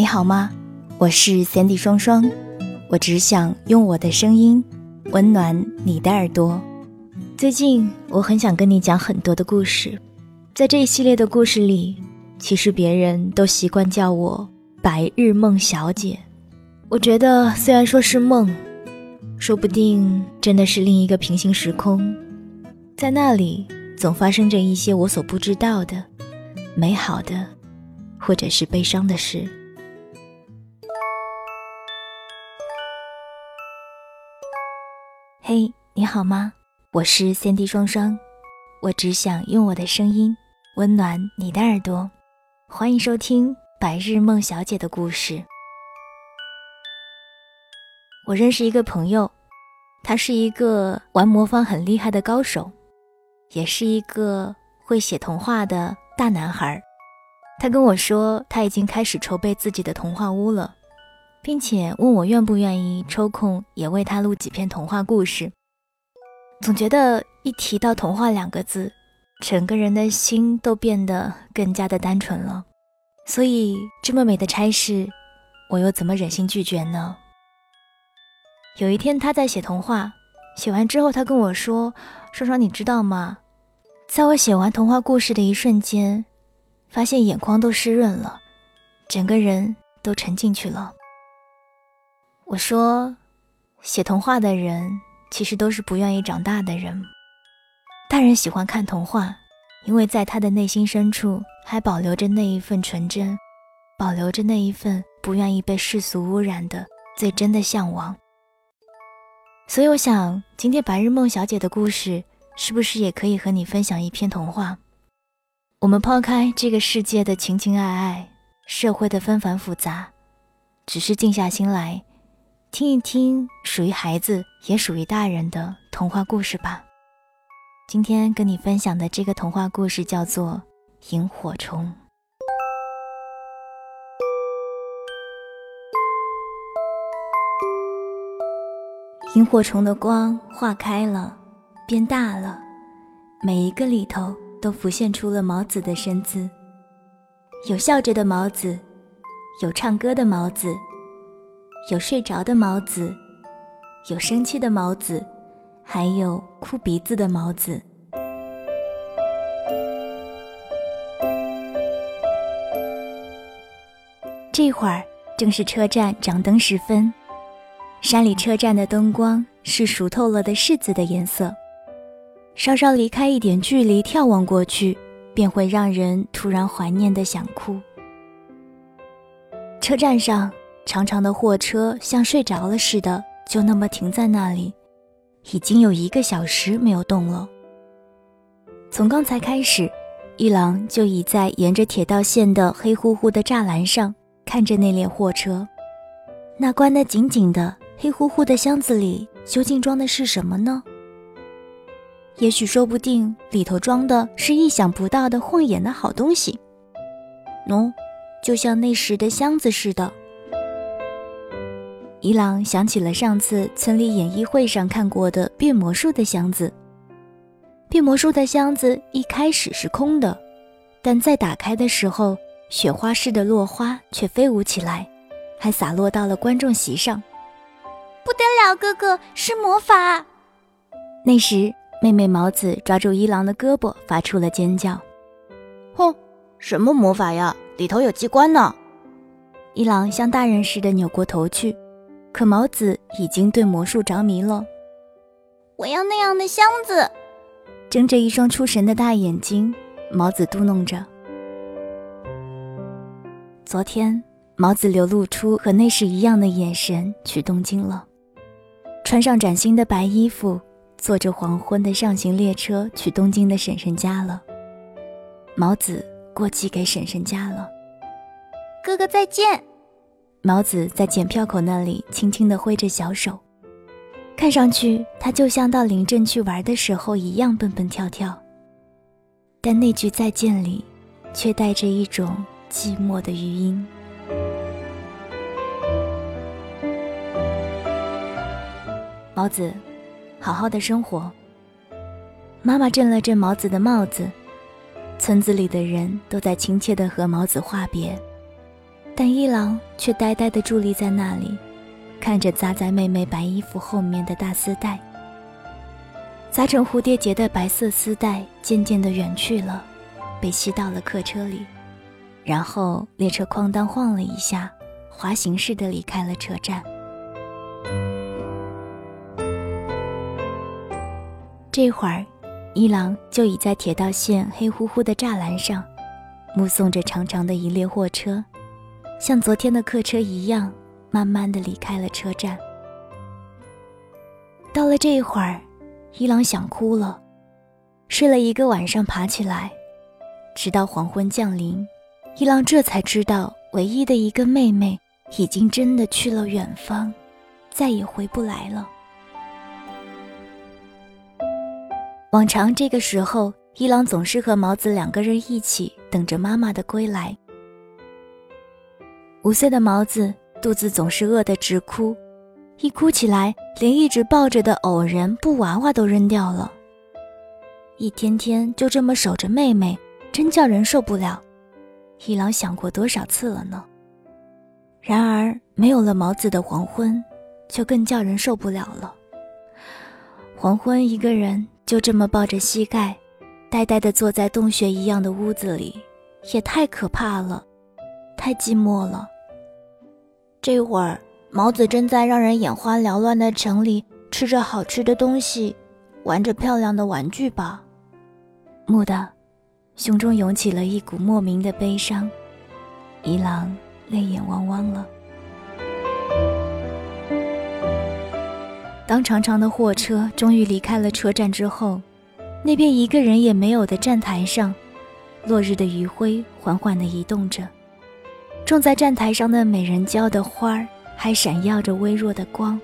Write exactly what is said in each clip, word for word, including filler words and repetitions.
好吗？我是 Sandy 双双，我只想用我的声音温暖你的耳朵。最近我很想跟你讲很多的故事，在这一系列的故事里，其实别人都习惯叫我白日梦小姐。我觉得虽然说是梦，说不定真的是另一个平行时空，在那里总发生着一些我所不知道的美好的或者是悲伤的事。嘿，你好吗？我是 Sandy 双双，我只想用我的声音温暖你的耳朵。欢迎收听白日梦小姐的故事。我认识一个朋友，他是一个玩魔方很厉害的高手，也是一个会写童话的大男孩。他跟我说他已经开始筹备自己的童话屋了，并且问我愿不愿意抽空也为他录几篇童话故事。总觉得一提到童话两个字，整个人的心都变得更加的单纯了。所以这么美的差事，我又怎么忍心拒绝呢？有一天他在写童话，写完之后他跟我说，双双你知道吗？在我写完童话故事的一瞬间，发现眼眶都湿润了，整个人都沉进去了。我说，写童话的人其实都是不愿意长大的人。大人喜欢看童话，因为在他的内心深处还保留着那一份纯真，保留着那一份不愿意被世俗污染的最真的向往。所以我想，今天白日梦小姐的故事是不是也可以和你分享一篇童话？我们抛开这个世界的情情爱爱，社会的纷繁复杂，只是静下心来听一听属于孩子也属于大人的童话故事吧。今天跟你分享的这个童话故事叫做《萤火虫》。萤火虫的光化开了，变大了，每一个里头都浮现出了毛子的身姿，有笑着的毛子，有唱歌的毛子，有睡着的毛子，有生气的毛子，还有哭鼻子的毛子。这会儿正是车站掌灯时分，山里车站的灯光是熟透了的柿子的颜色，稍稍离开一点距离眺望过去，便会让人突然怀念的想哭。车站上长长的货车像睡着了似的，就那么停在那里，已经有一个小时没有动了。从刚才开始，一郎就倚在沿着铁道线的黑乎乎的栅栏上，看着那列货车。那关得紧紧的黑乎乎的箱子里究竟装的是什么呢？也许说不定里头装的是意想不到的晃眼的好东西。喏，就像那时的箱子似的。一郎想起了上次村里演艺会上看过的变魔术的箱子。变魔术的箱子一开始是空的，但在打开的时候，雪花似的落花却飞舞起来，还洒落到了观众席上。 不得了，哥哥，是魔法！ 那时妹妹毛子抓住一郎的胳膊，发出了尖叫。 哼，什么魔法呀？里头有机关呢！ 一郎像大人似的扭过头去，可毛子已经对魔术着迷了。 我要那样的箱子！ 睁着一双出神的大眼睛，毛子嘟哝着。昨天毛子流露出和那时一样的眼神去东京了，穿上崭新的白衣服，坐着黄昏的上行列车去东京的婶婶家了。毛子过继给婶婶家了。 哥哥再见。 毛子在检票口那里轻轻地挥着小手，看上去他就像到临镇去玩的时候一样蹦蹦跳跳，但那句再见里却带着一种寂寞的余音。毛子，好好的生活。妈妈震了震毛子的帽子，村子里的人都在亲切地和毛子话别。 但一郎却呆呆地伫立在那里，看着扎在妹妹白衣服后面的大丝带。扎成蝴蝶结的白色丝带渐渐地远去了，被吸到了客车里，然后列车哐当晃了一下，滑行似的离开了车站。这会儿，一郎就倚在铁道线黑乎乎的栅栏上，目送着长长的一列货车，像昨天的客车一样，慢慢地离开了车站。到了这一会儿，一郎想哭了，睡了一个晚上爬起来，直到黄昏降临，一郎这才知道唯一的一个妹妹已经真的去了远方，再也回不来了。往常这个时候，一郎总是和毛子两个人一起等着妈妈的归来。五岁的毛子肚子总是饿得直哭，一哭起来连一直抱着的偶人布娃娃都扔掉了。一天天就这么守着妹妹，真叫人受不了。一郎想过多少次了呢？然而没有了毛子的黄昏，就更叫人受不了了。黄昏一个人就这么抱着膝盖，呆呆地坐在洞穴一样的屋子里，也太可怕了，太寂寞了。 这会儿，毛子正在让人眼花缭乱的城里吃着好吃的东西，玩着漂亮的玩具吧。 蓦地，胸中涌起了一股莫名的悲伤，一郎泪眼汪汪了。当长长的货车终于离开了车站之后，那边一个人也没有的站台上，落日的余晖缓缓地移动着，种在站台上的美人蕉的花儿还闪耀着微弱的光。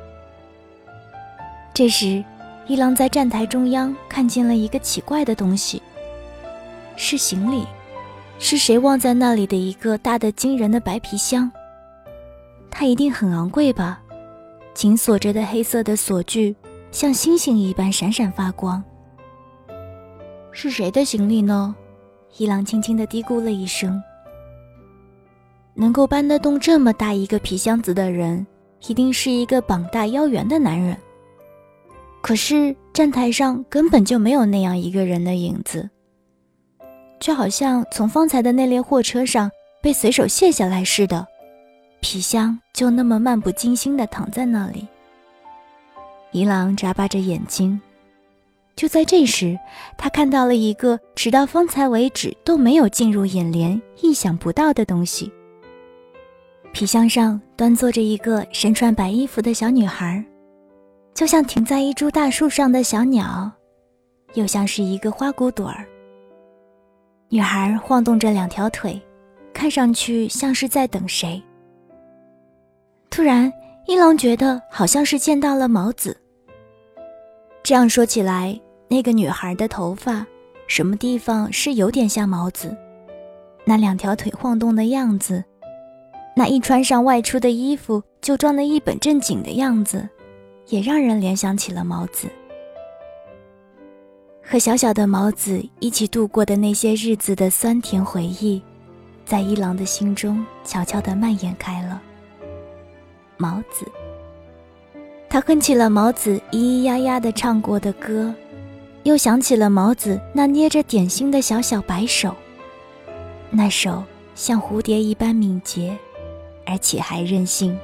这时，一郎在站台中央看见了一个奇怪的东西，是行李，是谁忘在那里的一个大得惊人的白皮箱。它一定很昂贵吧，紧锁着的黑色的锁具像星星一般闪闪发光。是谁的行李呢？一郎轻轻地嘀咕了一声。能够搬得动这么大一个皮箱子的人，一定是一个膀大腰圆的男人。可是站台上根本就没有那样一个人的影子，就好像从方才的那列货车上被随手卸下来似的，皮箱就那么漫不经心地躺在那里。一郎眨巴着眼睛，就在这时，他看到了一个直到方才为止都没有进入眼帘、意想不到的东西。皮箱上端坐着一个身穿白衣服的小女孩，就像停在一株大树上的小鸟，又像是一个花骨朵儿。女孩晃动着两条腿，看上去像是在等谁。突然，一郎觉得好像是见到了毛子。这样说起来，那个女孩的头发什么地方是有点像毛子，那两条腿晃动的样子，那一穿上外出的衣服就装得一本正经的样子，也让人联想起了毛子。和小小的毛子一起度过的那些日子的酸甜回忆，在一郎的心中悄悄地蔓延开了。毛子，他哼起了毛子咿咿呀呀地唱过的歌，又想起了毛子那捏着点心的小小白手，那手像蝴蝶一般敏捷，而且还任性。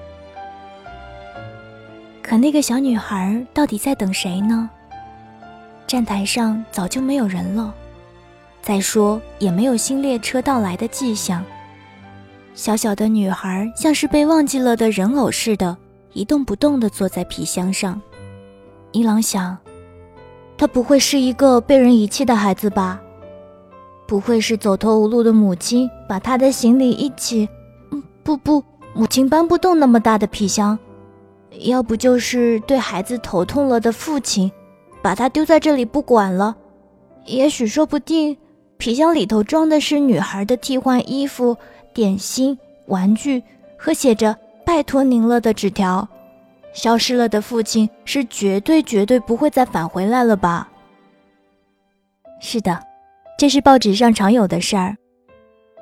可那个小女孩到底在等谁呢？站台上早就没有人了，再说也没有新列车到来的迹象。小小的女孩像是被忘记了的人偶似的，一动不动地坐在皮箱上。一郎想，她不会是一个被人遗弃的孩子吧？不会是走投无路的母亲把她的行李一起……嗯，不不，母亲搬不动那么大的皮箱。要不就是对孩子头痛了的父亲，把她丢在这里不管了。也许说不定，皮箱里头装的是女孩的替换衣服、点心、玩具和写着“拜托您了”的纸条。消失了的父亲是绝对绝对不会再返回来了吧？是的，这是报纸上常有的事儿。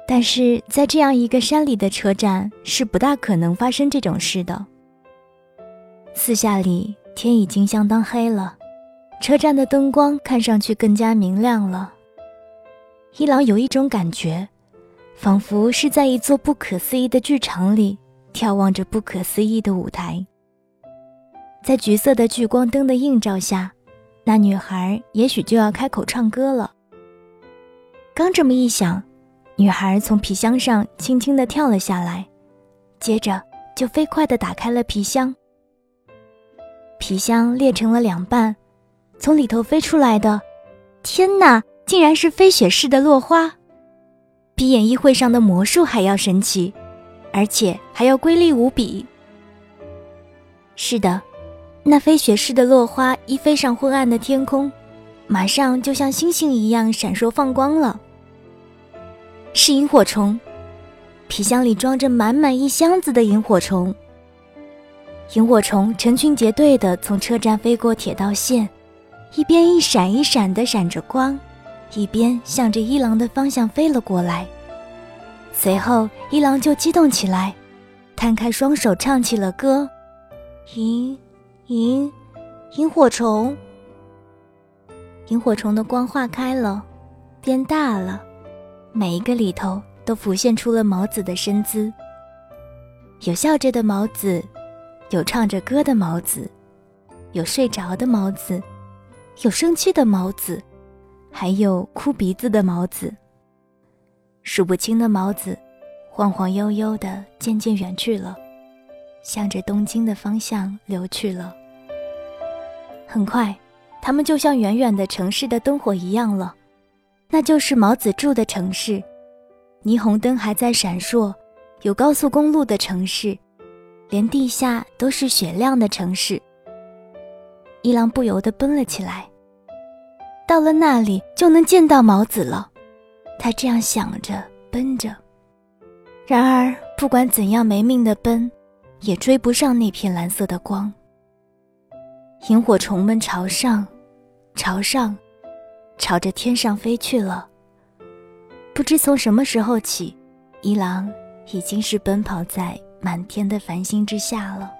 但是在这样一个山里的车站是不大可能发生这种事的。四下里天已经相当黑了，车站的灯光看上去更加明亮了。一郎有一种感觉，仿佛是在一座不可思议的剧场里眺望着不可思议的舞台。在橘色的聚光灯的映照下，那女孩也许就要开口唱歌了。刚这么一想，女孩从皮箱上轻轻地跳了下来，接着就飞快地打开了皮箱。皮箱裂成了两半，从里头飞出来的，天哪，竟然是飞雪似的落花，比演艺会上的魔术还要神奇，而且还要瑰丽无比。是的，那飞雪似的落花一飞上昏暗的天空，马上就像星星一样闪烁放光了。是萤火虫，皮箱里装着满满一箱子的萤火虫。萤火虫成群结队地从车站飞过铁道线，一边一闪一闪地闪着光，一边向着一郎的方向飞了过来。随后一郎就激动起来，摊开双手唱起了歌：萤萤萤火虫。萤火虫的光化开了，变大了，每一个里头都浮现出了毛子的身姿。有笑着的毛子，有唱着歌的毛子，有睡着的毛子，有生气的毛子，还有哭鼻子的毛子。数不清的毛子晃晃悠悠地渐渐远去了，向着东京的方向流去了。很快，他们就像远远的城市的灯火一样了，那就是毛子住的城市。霓虹灯还在闪烁，有高速公路的城市，连地下都是雪亮的城市。一郎不由地奔了起来，到了那里就能见到毛子了，他这样想着奔着。然而不管怎样没命地奔，也追不上那片蓝色的光。萤火虫们朝上朝上朝着天上飞去了。不知从什么时候起，一郎已经是奔跑在满天的繁星之下了。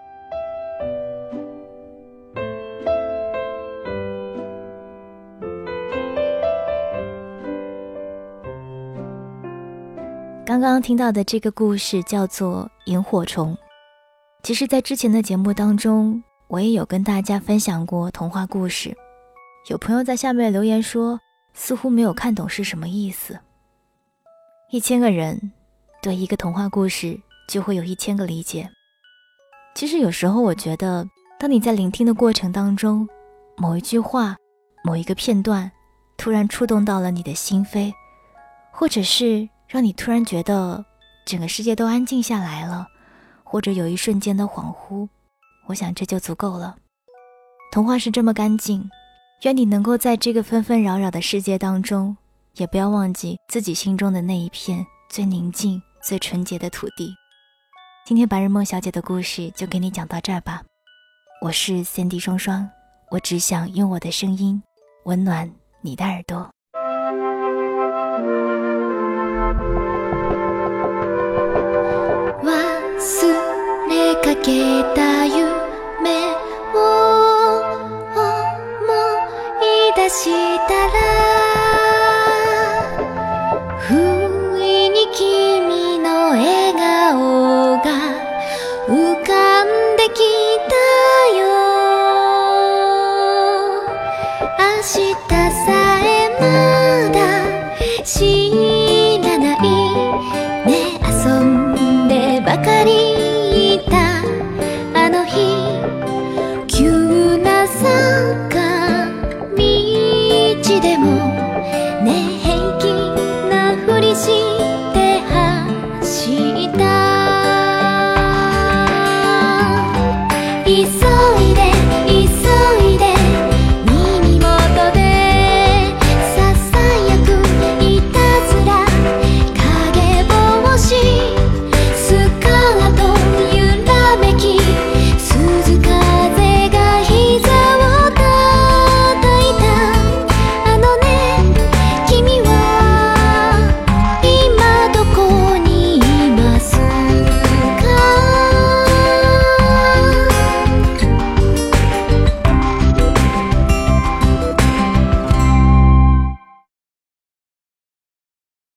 刚刚听到的这个故事叫做萤火虫。其实在之前的节目当中，我也有跟大家分享过童话故事。有朋友在下面留言说，似乎没有看懂是什么意思。一千个人对一个童话故事就会有一千个理解。其实有时候我觉得，当你在聆听的过程当中，某一句话，某一个片段突然触动到了你的心扉，或者是让你突然觉得整个世界都安静下来了，或者有一瞬间的恍惚，我想这就足够了。童话是这么干净，愿你能够在这个纷纷扰扰的世界当中，也不要忘记自己心中的那一片最宁静最纯洁的土地。今天白日梦小姐的故事就给你讲到这儿吧。我是 Sandy 双双，我只想用我的声音温暖你的耳朵。 忘れかけた夢を思い出した